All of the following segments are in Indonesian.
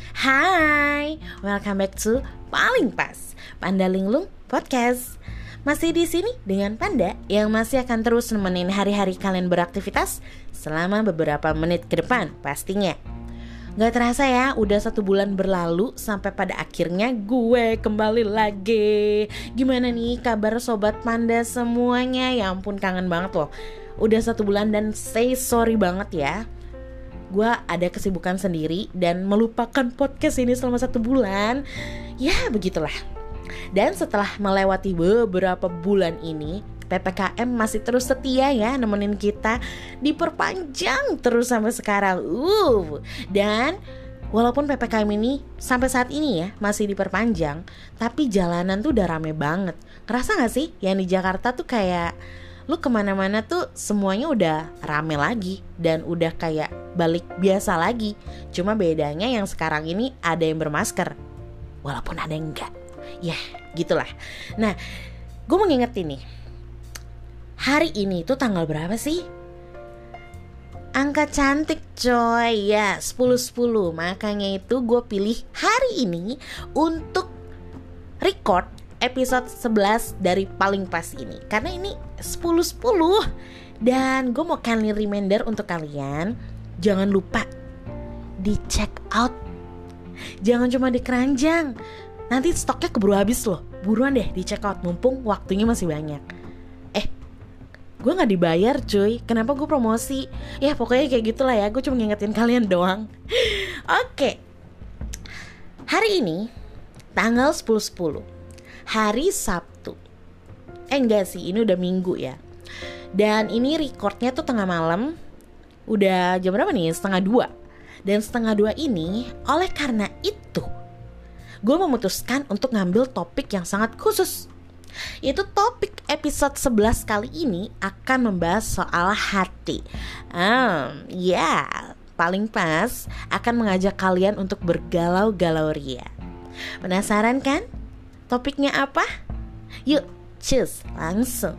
Hai, welcome back to Paling Pas Panda Linglung Podcast. Masih di sini dengan Panda yang masih akan terus nemenin hari-hari kalian beraktivitas selama beberapa menit ke depan pastinya. Gak terasa ya, udah 1 bulan berlalu sampai pada akhirnya gue kembali lagi. Gimana nih kabar sobat Panda semuanya? Ya ampun, kangen banget loh. Udah 1 bulan dan say sorry banget ya. Gue ada kesibukan sendiri dan melupakan podcast ini selama 1 bulan. Ya begitulah. Dan setelah melewati beberapa bulan ini, PPKM masih terus setia ya nemenin kita. Diperpanjang terus sampai sekarang. Dan walaupun PPKM ini sampai saat ini ya masih diperpanjang, tapi jalanan tuh udah rame banget. Ngerasa gak sih yang di Jakarta tuh kayak lu kemana-mana tuh semuanya udah rame lagi dan udah kayak balik biasa lagi. Cuma bedanya yang sekarang ini ada yang bermasker, walaupun ada yang enggak. Ya gitulah. Nah, gue mau ngingetin nih, hari ini tuh tanggal berapa sih? Angka cantik coy. Ya 10-10. Makanya itu gue pilih hari ini untuk record episode 11 dari Paling Pas ini. Karena ini 10-10. Dan gue mau kindly reminder untuk kalian, jangan lupa di check out. Jangan cuma di keranjang, nanti stoknya keburu habis loh. Buruan deh di check out, mumpung waktunya masih banyak. Gue gak dibayar cuy, kenapa gue promosi? Ya pokoknya kayak gitulah ya, gue cuma ngingetin kalian doang. Oke. Hari ini tanggal 10-10, hari Sabtu. Enggak sih, ini udah Minggu ya. Dan ini recordnya tuh tengah malam. Udah jam berapa nih? 1:30. Dan 1:30 ini, oleh karena itu gue memutuskan untuk ngambil topik yang sangat khusus. Yaitu topik episode 11 kali ini akan membahas soal hati. Paling Pas akan mengajak kalian untuk bergalau-galau ria. Penasaran kan? Topiknya apa? Yuk, cus langsung.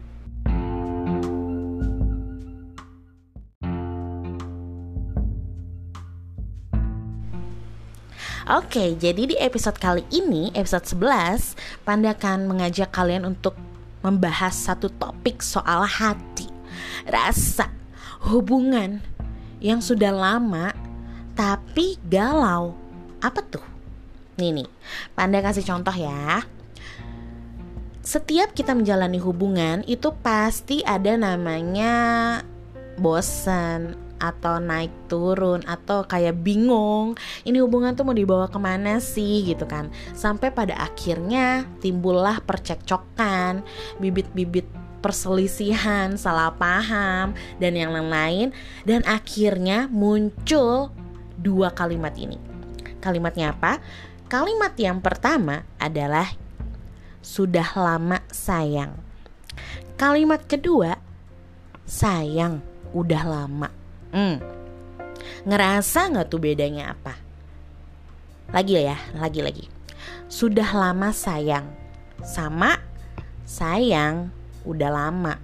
Oke, jadi di episode kali ini, episode 11, Panda akan mengajak kalian untuk membahas satu topik soal hati, rasa, hubungan yang sudah lama tapi galau. Apa tuh? Nih, Panda kasih contoh ya. Setiap kita menjalani hubungan itu pasti ada namanya bosan, atau naik turun, atau kayak bingung ini hubungan tuh mau dibawa kemana sih gitu kan. Sampai pada akhirnya timbullah percekcokan, bibit-bibit perselisihan, salah paham, dan yang lain-lain. Dan akhirnya muncul 2 kalimat ini. Kalimatnya apa? Kalimat yang pertama adalah sudah lama sayang. Kalimat kedua, sayang udah lama. Ngerasa gak tuh bedanya apa? Lagi Sudah lama sayang sama sayang udah lama.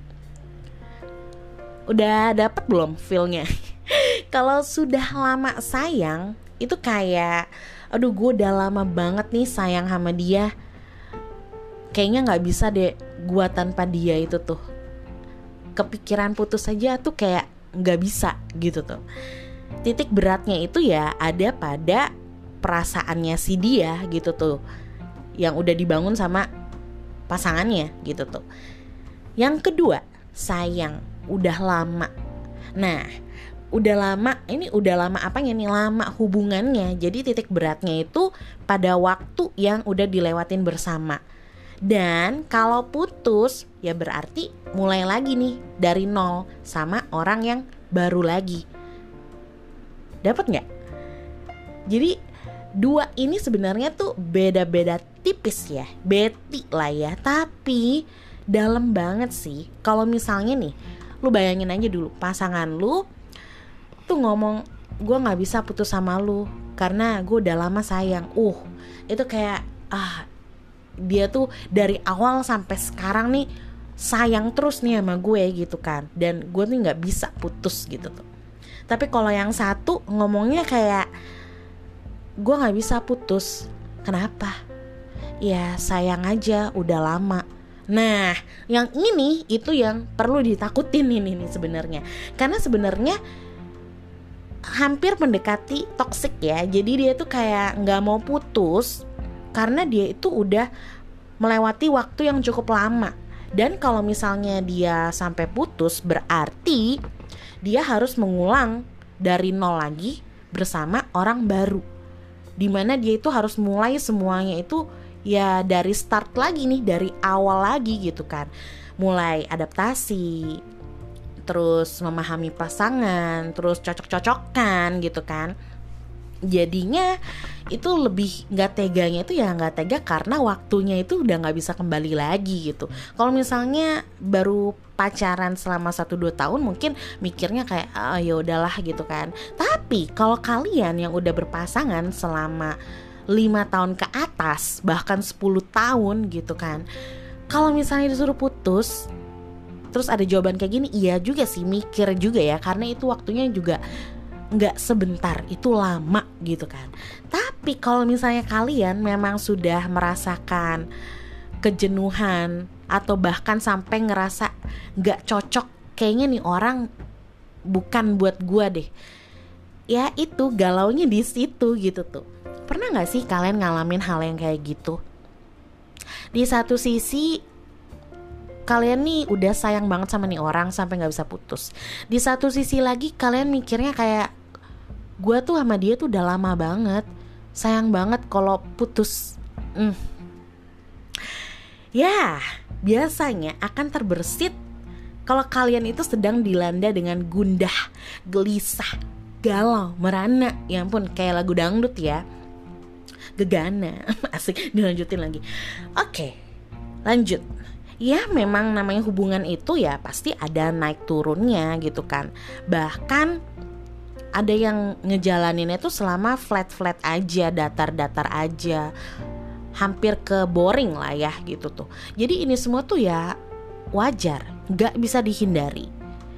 Udah dapet belum feelnya? Kalau sudah lama sayang itu kayak, aduh gue udah lama banget nih sayang sama dia, kayaknya gak bisa deh gue tanpa dia itu tuh. Kepikiran putus aja tuh kayak gak bisa gitu tuh. Titik beratnya itu ya ada pada perasaannya si dia gitu tuh, yang udah dibangun sama pasangannya gitu tuh. Yang kedua, sayang udah lama. Nah, udah lama, ini udah lama apanya nih? Lama hubungannya. Jadi titik beratnya itu pada waktu yang udah dilewatin bersama. Dan kalau putus ya berarti mulai lagi nih dari nol sama orang yang baru lagi. Dapat gak? Jadi 2 ini sebenarnya tuh beda-beda tipis ya, beti lah ya, tapi dalam banget sih. Kalau misalnya nih, lu bayangin aja dulu pasangan lu tuh ngomong, gue gak bisa putus sama lu karena gue udah lama sayang. Itu kayak dia tuh dari awal sampai sekarang nih sayang terus nih sama gue gitu kan, dan gue nih gak bisa putus gitu tuh. Tapi kalau yang satu ngomongnya kayak gue gak bisa putus. Kenapa? Ya sayang aja, udah lama. Nah, yang ini itu yang perlu ditakutin ini nih sebenarnya. Karena sebenarnya hampir mendekati toksik ya. Jadi dia tuh kayak gak mau putus karena dia itu udah melewati waktu yang cukup lama. Dan kalau misalnya dia sampai putus, berarti dia harus mengulang dari nol lagi bersama orang baru, dimana dia itu harus mulai semuanya itu ya dari start lagi nih, dari awal lagi gitu kan. Mulai adaptasi, terus memahami pasangan, terus cocok-cocokan gitu kan. Jadinya itu lebih gak teganya itu ya gak tega karena waktunya itu udah gak bisa kembali lagi gitu. Kalau misalnya baru pacaran selama 1-2 tahun mungkin mikirnya kayak ya udahlah gitu kan. Tapi kalau kalian yang udah berpasangan selama 5 tahun ke atas, bahkan 10 tahun gitu kan, kalau misalnya disuruh putus terus ada jawaban kayak gini, iya juga sih, mikir juga ya, karena itu waktunya juga nggak sebentar, itu lama gitu kan. Tapi kalau misalnya kalian memang sudah merasakan kejenuhan atau bahkan sampai ngerasa nggak cocok, kayaknya nih orang bukan buat gua deh, ya itu galaunya di situ gitu tuh. Pernah nggak sih kalian ngalamin hal yang kayak gitu? Di satu sisi kalian nih udah sayang banget sama nih orang sampai gak bisa putus. Di satu sisi lagi kalian mikirnya kayak, gue tuh sama dia tuh udah lama banget, sayang banget kalau putus. Ya, biasanya akan terbersit kalau kalian itu sedang dilanda dengan gundah, gelisah, galau, merana. Ya ampun, kayak lagu dangdut ya, gegana. Asik, dilanjutin lagi. Oke, lanjut. Ya memang namanya hubungan itu ya pasti ada naik turunnya gitu kan. Bahkan ada yang ngejalaninnya tuh selama flat-flat aja, datar-datar aja, hampir ke boring lah ya gitu tuh. Jadi ini semua tuh ya wajar, gak bisa dihindari.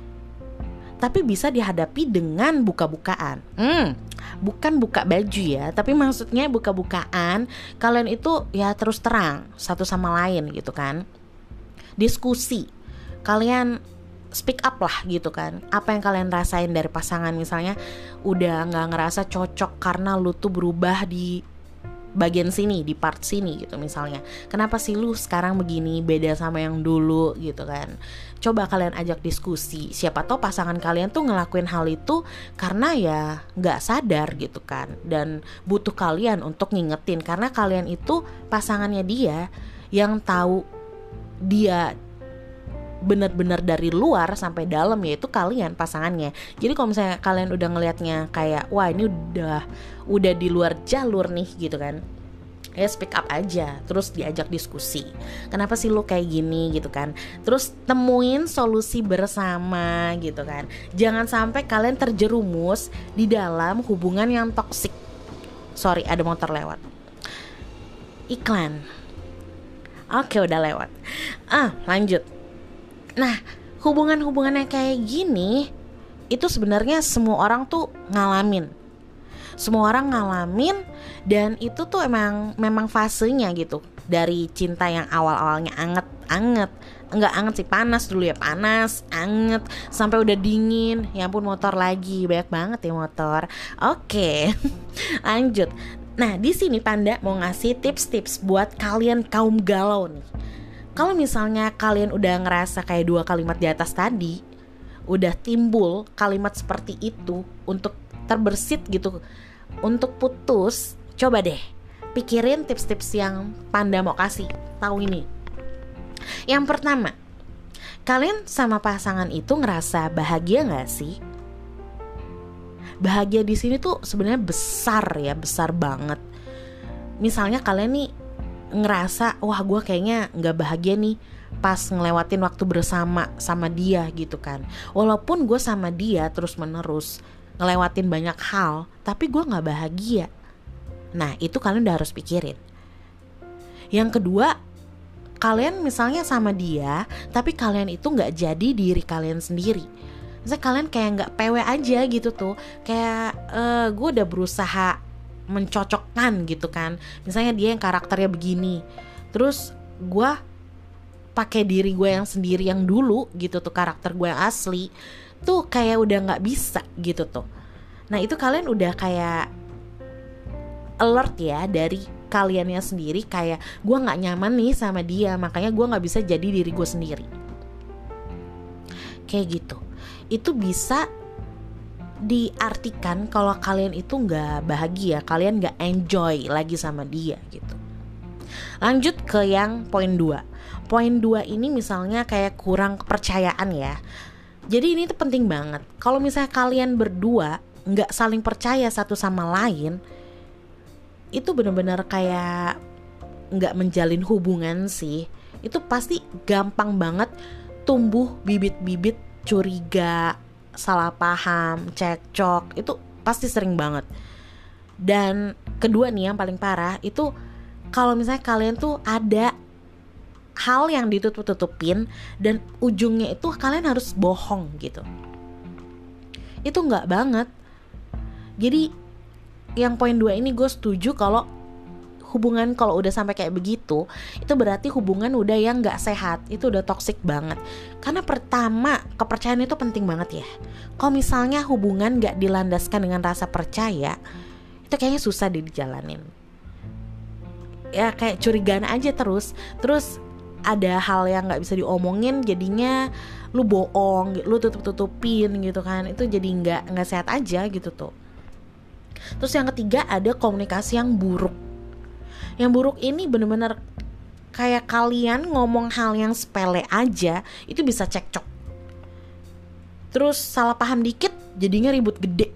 Tapi bisa dihadapi dengan buka-bukaan. Bukan buka baju ya, tapi maksudnya buka-bukaan. Kalian itu ya terus terang satu sama lain gitu kan. Diskusi, kalian speak up lah gitu kan. Apa yang kalian rasain dari pasangan, misalnya udah gak ngerasa cocok karena lu tuh berubah di bagian sini, di part sini gitu misalnya. Kenapa sih lu sekarang begini, beda sama yang dulu gitu kan. Coba kalian ajak diskusi. Siapa tahu pasangan kalian tuh ngelakuin hal itu karena ya gak sadar gitu kan, dan butuh kalian untuk ngingetin. Karena kalian itu pasangannya dia, yang tahu dia benar-benar dari luar sampai dalam, yaitu kalian pasangannya. Jadi kalau misalnya kalian udah ngelihatnya kayak wah ini udah di luar jalur nih gitu kan, ya speak up aja, terus diajak diskusi. Kenapa sih lu kayak gini gitu kan, terus temuin solusi bersama gitu kan. Jangan sampai kalian terjerumus di dalam hubungan yang toksik. Sorry, ada motor lewat. Iklan. Oke, udah lewat. Lanjut. Nah, hubungan-hubungan yang kayak gini itu sebenarnya semua orang tuh ngalamin. Semua orang ngalamin, dan itu tuh memang fasenya gitu. Dari cinta yang awal-awalnya anget-anget, enggak anget sih, panas dulu ya, panas, anget, sampai udah dingin. Ya ampun, motor lagi, banyak banget ya motor. Oke. Lanjut. Nah, di sini Panda mau ngasih tips-tips buat kalian kaum galau nih. Kalau misalnya kalian udah ngerasa kayak 2 kalimat di atas tadi, udah timbul kalimat seperti itu untuk terbersit gitu, untuk putus, coba deh pikirin tips-tips yang Panda mau kasih tahu ini. Yang pertama, kalian sama pasangan itu ngerasa bahagia nggak sih? Bahagia di sini tuh sebenarnya besar ya, besar banget. Misalnya kalian nih ngerasa wah gue kayaknya nggak bahagia nih pas ngelewatin waktu bersama sama dia gitu kan. Walaupun gue sama dia terus menerus ngelewatin banyak hal, tapi gue nggak bahagia. Nah itu kalian udah harus pikirin. Yang kedua, kalian misalnya sama dia, tapi kalian itu nggak jadi diri kalian sendiri. Misalnya kalian kayak nggak PW aja gitu tuh, kayak gue udah berusaha mencocokkan gitu kan. Misalnya dia yang karakternya begini, terus gue pakai diri gue yang sendiri yang dulu gitu tuh, karakter gue yang asli tuh kayak udah nggak bisa gitu tuh. Nah itu kalian udah kayak alert ya dari kaliannya sendiri, kayak gue nggak nyaman nih sama dia, makanya gue nggak bisa jadi diri gue sendiri. Kayak gitu. Itu bisa diartikan kalau kalian itu nggak bahagia, kalian nggak enjoy lagi sama dia gitu. Lanjut ke yang poin 2. Poin 2 ini misalnya kayak kurang kepercayaan ya. Jadi ini tuh penting banget. Kalau misalnya kalian berdua nggak saling percaya satu sama lain, itu benar-benar kayak nggak menjalin hubungan sih. Itu pasti gampang banget tumbuh bibit-bibit curiga, salah paham, cekcok. Itu pasti sering banget. Dan kedua nih yang paling parah itu kalau misalnya kalian tuh ada hal yang ditutup-tutupin dan ujungnya itu kalian harus bohong gitu. Itu nggak banget. Jadi yang poin 2 ini gue setuju kalau hubungan kalau udah sampai kayak begitu, itu berarti hubungan udah yang gak sehat, itu udah toksik banget. Karena pertama, kepercayaan itu penting banget ya. Kalau misalnya hubungan gak dilandaskan dengan rasa percaya, itu kayaknya susah dijalanin. Ya kayak curigaan aja terus ada hal yang gak bisa diomongin, jadinya lu bohong, lu tutup-tutupin gitu kan. Itu jadi gak sehat aja gitu tuh. Terus yang ketiga ada komunikasi yang buruk. Yang buruk ini benar-benar kayak kalian ngomong hal yang sepele aja itu bisa cekcok. Terus salah paham dikit jadinya ribut gede.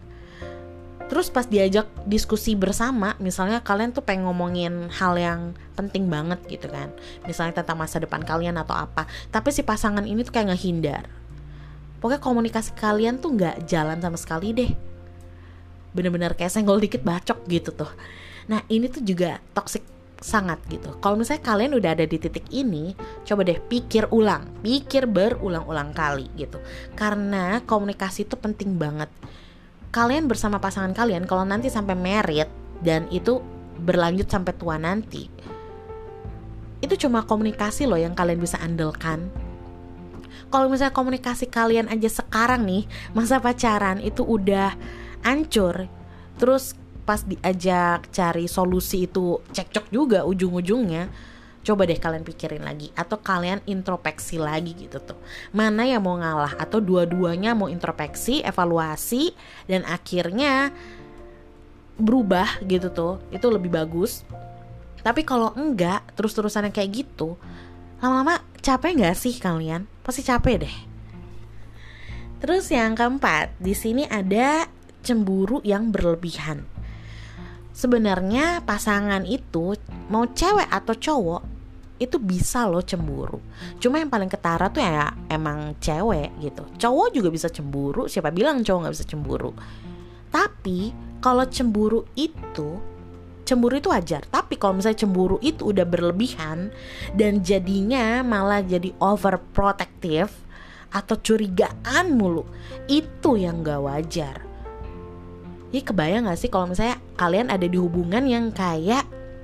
Terus pas diajak diskusi bersama, misalnya kalian tuh pengen ngomongin hal yang penting banget gitu kan, misalnya tentang masa depan kalian atau apa, tapi si pasangan ini tuh kayak ngehindar. Pokoknya komunikasi kalian tuh gak jalan sama sekali deh. Bener-bener kayak senggol dikit bacok gitu tuh. Nah ini tuh juga toksik sangat gitu. Kalau misalnya kalian udah ada di titik ini, coba deh pikir berulang-ulang kali gitu. Karena komunikasi itu penting banget. Kalian bersama pasangan kalian, kalau nanti sampai married dan itu berlanjut sampai tua nanti, itu cuma komunikasi loh yang kalian bisa andalkan. Kalau misalnya komunikasi kalian aja sekarang nih, masa pacaran itu udah hancur, terus pas diajak cari solusi itu cekcok juga ujung-ujungnya, coba deh kalian pikirin lagi, atau kalian introspeksi lagi gitu tuh, mana yang mau ngalah, atau dua-duanya mau introspeksi, evaluasi, dan akhirnya berubah gitu tuh, itu lebih bagus. Tapi kalau enggak, terus-terusan yang kayak gitu, lama-lama capek nggak sih kalian? Pasti capek deh. Terus yang keempat, di sini ada cemburu yang berlebihan. Sebenarnya pasangan itu mau cewek atau cowok itu bisa loh cemburu. Cuma yang paling ketara tuh ya emang cewek gitu. Cowok juga bisa cemburu, siapa bilang cowok gak bisa cemburu. Tapi kalau cemburu itu wajar. Tapi kalau misalnya cemburu itu udah berlebihan dan jadinya malah jadi overprotective atau curigaan mulu, itu yang gak wajar. Jadi kebayang gak sih kalau misalnya kalian ada di hubungan yang kayak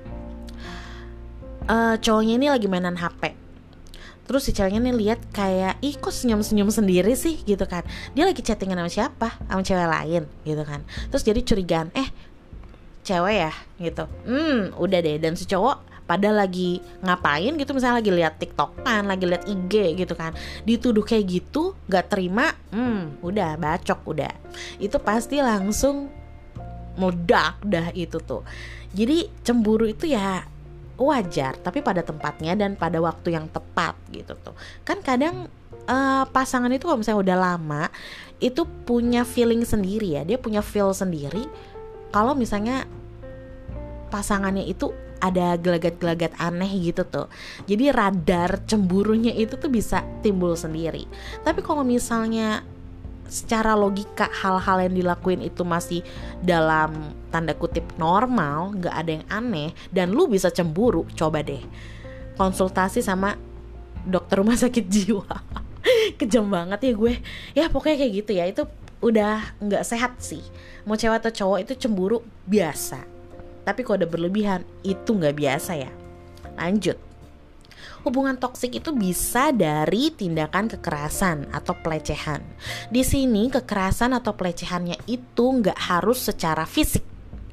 cowoknya ini lagi mainan HP, terus si ceweknya nih lihat kayak ih kok senyum-senyum sendiri sih gitu kan, dia lagi chattingan sama siapa, sama cewek lain gitu kan. Terus jadi curigaan, cewek ya gitu, udah deh. Dan si cowok pada lagi ngapain gitu, misalnya lagi lihat TikTokan, lagi lihat IG gitu kan, dituduh kayak gitu, gak terima, udah bacok udah. Itu pasti langsung meledak dah itu tuh. Jadi cemburu itu ya wajar, tapi pada tempatnya dan pada waktu yang tepat gitu tuh. Kan kadang pasangan itu kalau misalnya udah lama itu punya feeling sendiri ya, dia punya feel sendiri kalau misalnya pasangannya itu ada gelagat-gelagat aneh gitu tuh. Jadi radar cemburunya itu tuh bisa timbul sendiri. Tapi kalau misalnya secara logika hal-hal yang dilakuin itu masih dalam tanda kutip normal, gak ada yang aneh, dan lu bisa cemburu, coba deh konsultasi sama dokter rumah sakit jiwa. Kejam banget ya gue. Ya pokoknya kayak gitu ya. Itu udah nggak sehat sih. Mau cewek atau cowok itu cemburu biasa, tapi kalau udah berlebihan itu nggak biasa ya. Lanjut. Hubungan toksik itu bisa dari tindakan kekerasan atau pelecehan. Di sini kekerasan atau pelecehannya itu nggak harus secara fisik,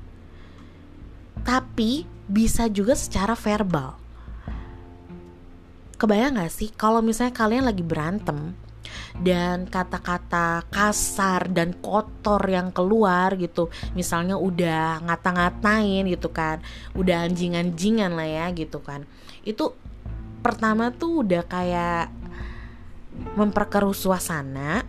tapi bisa juga secara verbal. Kebayang gak sih kalau misalnya kalian lagi berantem dan kata-kata kasar dan kotor yang keluar gitu, misalnya udah ngata-ngatain gitu kan, udah anjing-anjingan lah ya gitu kan, itu pertama tuh udah kayak memperkeruh suasana,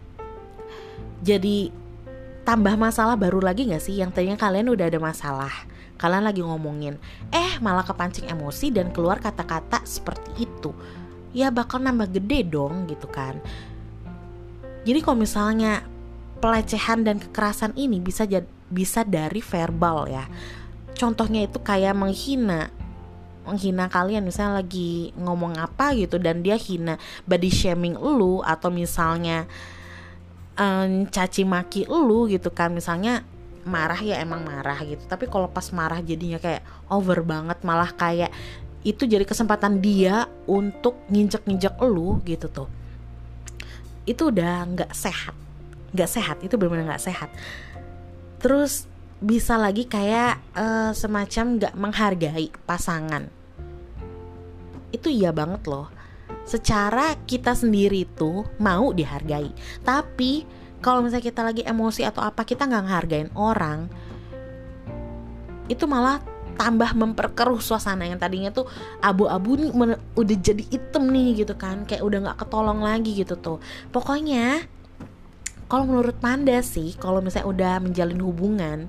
jadi tambah masalah baru lagi gak sih? Yang tadinya kalian udah ada masalah, kalian lagi ngomongin, malah kepancing emosi dan keluar kata-kata seperti itu, ya bakal nambah gede dong gitu kan. Jadi kalau misalnya pelecehan dan kekerasan ini bisa dari verbal ya. Contohnya itu kayak menghina kalian, misalnya lagi ngomong apa gitu dan dia hina, body shaming lu, atau misalnya caci maki lu gitu kan. Misalnya marah ya emang marah gitu, tapi kalau pas marah jadinya kayak over banget, malah kayak itu jadi kesempatan dia untuk nginjek lu gitu tuh. Itu udah nggak sehat, itu benar-benar nggak sehat. Terus bisa lagi kayak semacam nggak menghargai pasangan. Itu iya banget loh. Secara kita sendiri tuh mau dihargai, tapi kalau misalnya kita lagi emosi atau apa, kita nggak ngehargain orang, itu malah tambah memperkeruh suasana yang tadinya tuh abu-abu nih udah jadi hitam nih gitu kan, kayak udah nggak ketolong lagi gitu tuh. Pokoknya kalau menurut Panda sih, kalau misalnya udah menjalin hubungan,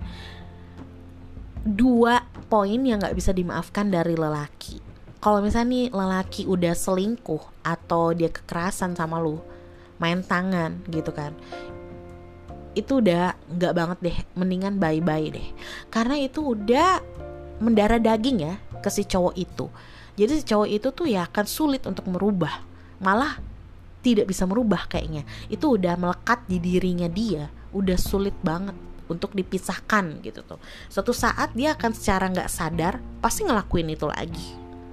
2 poin yang nggak bisa dimaafkan dari lelaki. Kalau misalnya nih lelaki udah selingkuh atau dia kekerasan sama lu, main tangan gitu kan, itu udah nggak banget deh, mendingan bye-bye deh, karena itu udah mendarah daging ya ke si cowok itu. Jadi si cowok itu tuh ya akan sulit untuk merubah, malah tidak bisa merubah kayaknya. Itu udah melekat di dirinya dia, udah sulit banget untuk dipisahkan gitu tuh. Suatu saat dia akan secara nggak sadar pasti ngelakuin itu lagi.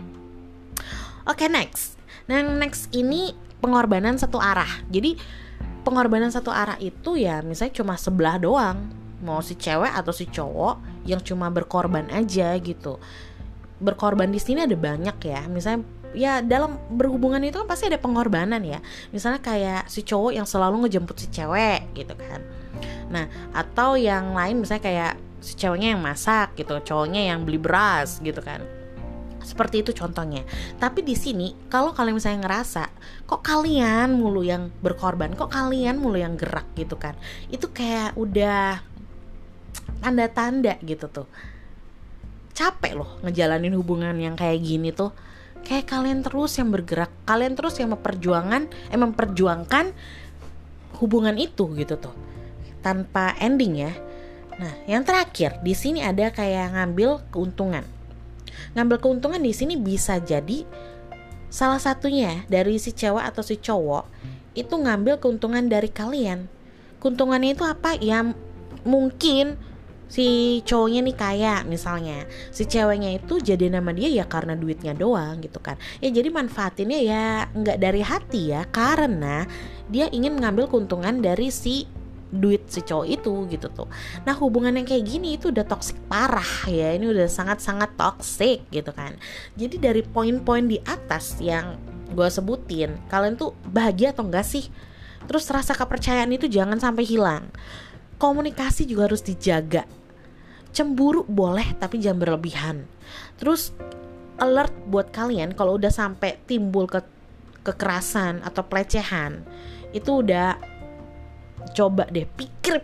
Oke, next. Nah, next ini pengorbanan satu arah. Jadi pengorbanan satu arah itu ya misalnya cuma sebelah doang, mau si cewek atau si cowok yang cuma berkorban aja gitu. Berkorban di sini ada banyak ya. Misalnya ya dalam berhubungan itu kan pasti ada pengorbanan ya. Misalnya kayak si cowok yang selalu ngejemput si cewek gitu kan. Nah, atau yang lain misalnya kayak si ceweknya yang masak gitu, cowoknya yang beli beras gitu kan. Seperti itu contohnya. Tapi di sini kalau kalian misalnya ngerasa kok kalian mulu yang berkorban, kok kalian mulu yang gerak gitu kan, itu kayak udah tanda-tanda gitu tuh. Capek loh ngejalanin hubungan yang kayak gini tuh. Kayak kalian terus yang bergerak, kalian terus yang memperjuangkan hubungan itu gitu tuh, tanpa ending ya. Nah, yang terakhir di sini ada kayak ngambil keuntungan. Ngambil keuntungan di sini bisa jadi salah satunya dari si cewek atau si cowok itu ngambil keuntungan dari kalian. Keuntungannya itu apa? Ya mungkin si cowoknya nih kaya misalnya, si ceweknya itu jadi nama dia ya karena duitnya doang gitu kan. Ya jadi manfaatinnya ya nggak dari hati ya, karena dia ingin mengambil keuntungan dari si duit si cowok itu gitu tuh. Nah, hubungan yang kayak gini itu udah toksik parah ya. Ini udah sangat-sangat toksik gitu kan. Jadi dari poin-poin di atas yang gue sebutin, kalian tuh bahagia atau enggak sih? Terus rasa kepercayaan itu jangan sampai hilang. Komunikasi juga harus dijaga. Cemburu boleh tapi jangan berlebihan. Terus alert buat kalian kalau udah sampai timbul kekerasan atau pelecehan, itu udah coba deh pikir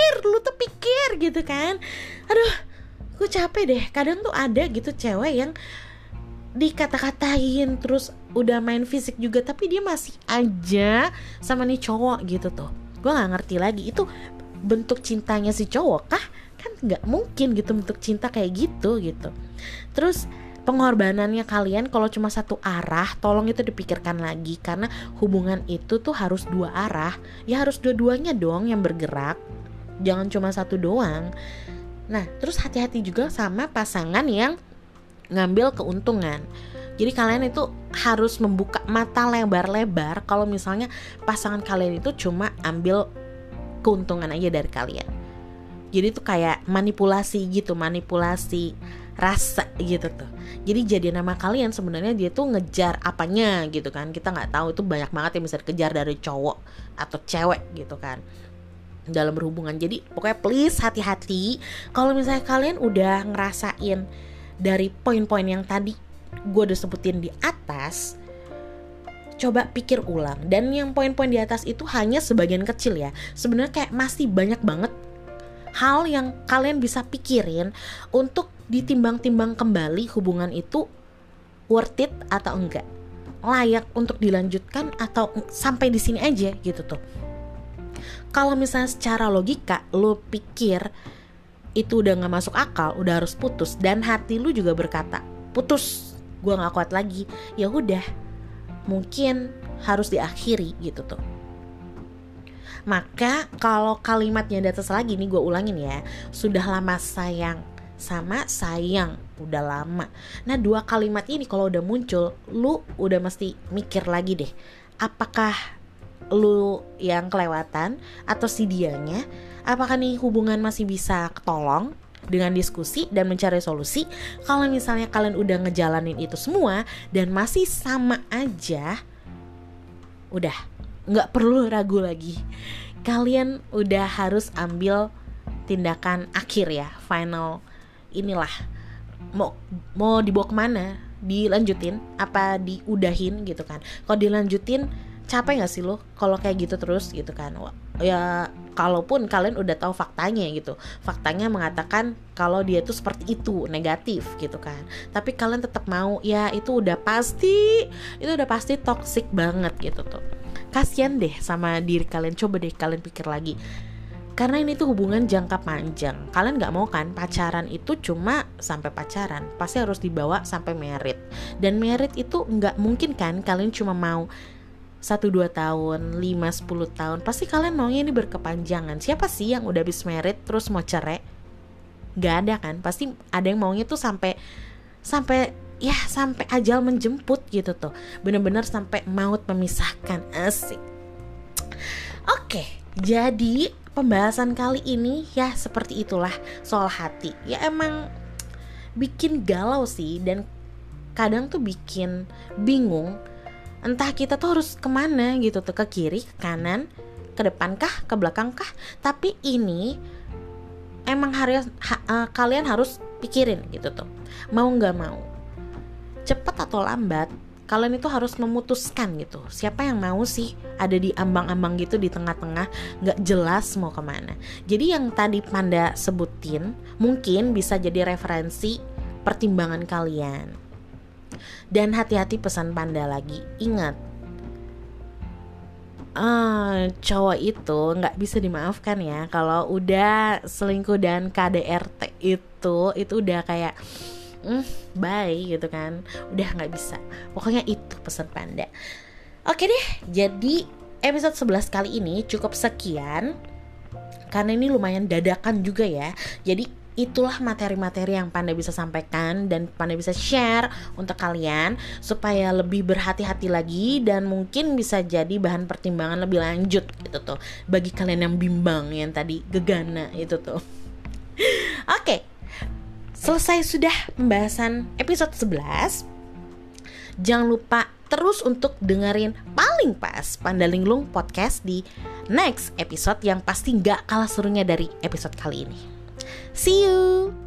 gitu kan. Aduh, gue capek deh. Kadang tuh ada gitu cewek yang dikata-katain terus udah main fisik juga, tapi dia masih aja sama nih cowok gitu tuh. Gue gak ngerti lagi, itu bentuk cintanya si cowok kah? Kan gak mungkin gitu bentuk cinta kayak gitu. Terus pengorbanannya kalian kalau cuma satu arah, tolong itu dipikirkan lagi, karena hubungan itu tuh harus dua arah. Ya harus dua-duanya dong yang bergerak, jangan cuma satu doang. Nah, terus hati-hati juga sama pasangan yang ngambil keuntungan. Jadi kalian itu harus membuka mata lebar-lebar kalau misalnya pasangan kalian itu cuma ambil keuntungan aja dari kalian. Jadi itu kayak manipulasi gitu, manipulasi rasa gitu tuh. Jadi jadi nama kalian sebenarnya dia tuh ngejar apanya gitu kan. Kita nggak tahu, itu banyak banget yang bisa dikejar dari cowok atau cewek gitu kan dalam berhubungan. Jadi pokoknya please hati-hati kalau misalnya kalian udah ngerasain dari poin-poin yang tadi gue udah sebutin di atas. Coba pikir ulang. Dan yang poin-poin di atas itu hanya sebagian kecil ya. Sebenarnya kayak masih banyak banget hal yang kalian bisa pikirin untuk ditimbang-timbang kembali hubungan itu worth it atau enggak, layak untuk dilanjutkan atau sampai di sini aja gitu tuh. Kalau misalnya secara logika lo pikir itu udah gak masuk akal, udah harus putus, dan hati lu juga berkata putus, gue gak kuat lagi, ya udah mungkin harus diakhiri gitu tuh. Maka kalau kalimatnya di atas lagi nih gue ulangin ya, sudah lama sayang sama sayang udah lama. Nah, dua kalimat ini kalau udah muncul, lu udah mesti mikir lagi deh, apakah lu yang kelewatan atau si dianya. Apakah nih hubungan masih bisa ketolong dengan diskusi dan mencari solusi? Kalau misalnya kalian udah ngejalanin itu semua dan masih sama aja, udah gak perlu ragu lagi. Kalian udah harus ambil tindakan akhir ya, final. Inilah mau dibawa kemana? Dilanjutin apa diudahin gitu kan? Kalau dilanjutin capek gak sih lo kalau kayak gitu terus gitu kan? Ya kalaupun kalian udah tahu faktanya gitu, faktanya mengatakan kalau dia tuh seperti itu, negatif gitu kan, tapi kalian tetap mau, ya itu udah pasti toxic banget gitu tuh. Kasian deh sama diri kalian. Coba deh kalian pikir lagi, karena ini tuh hubungan jangka panjang. Kalian gak mau kan pacaran itu cuma sampai pacaran, pasti harus dibawa sampai merit. Dan merit itu gak mungkin kan kalian cuma mau 1-2 tahun, 5-10 tahun. Pasti kalian maunya ini berkepanjangan. Siapa sih yang udah habis merit terus mau cerai? Gak ada kan? Pasti ada yang maunya tuh sampai ajal menjemput gitu tuh. Bener-bener sampai maut memisahkan. Asik. Oke, jadi pembahasan kali ini ya seperti itulah soal hati. Ya emang bikin galau sih, dan kadang tuh bikin bingung. Entah kita tuh harus kemana gitu tuh, ke kiri, ke kanan, ke depan kah, ke belakang kah. Tapi ini emang kalian harus pikirin gitu tuh, mau gak mau, cepat atau lambat, kalian itu harus memutuskan gitu. Siapa yang mau sih ada di ambang-ambang gitu, di tengah-tengah gak jelas mau kemana. Jadi yang tadi Panda sebutin mungkin bisa jadi referensi pertimbangan kalian. Dan hati-hati pesan Panda lagi, ingat, cowok itu gak bisa dimaafkan ya. Kalau udah selingkuh dan KDRT itu udah kayak bye gitu kan, udah gak bisa. Pokoknya itu pesan Panda. Oke deh, jadi episode 11 kali ini cukup sekian, karena ini lumayan dadakan juga ya. Jadi itulah materi-materi yang Panda bisa sampaikan dan Panda bisa share untuk kalian, supaya lebih berhati-hati lagi dan mungkin bisa jadi bahan pertimbangan lebih lanjut gitu tuh, bagi kalian yang bimbang, yang tadi gegana itu tuh. Oke, selesai sudah pembahasan episode 11. Jangan lupa terus untuk dengerin Paling Pas Panda Linglung Podcast di next episode yang pasti gak kalah serunya dari episode kali ini. See you!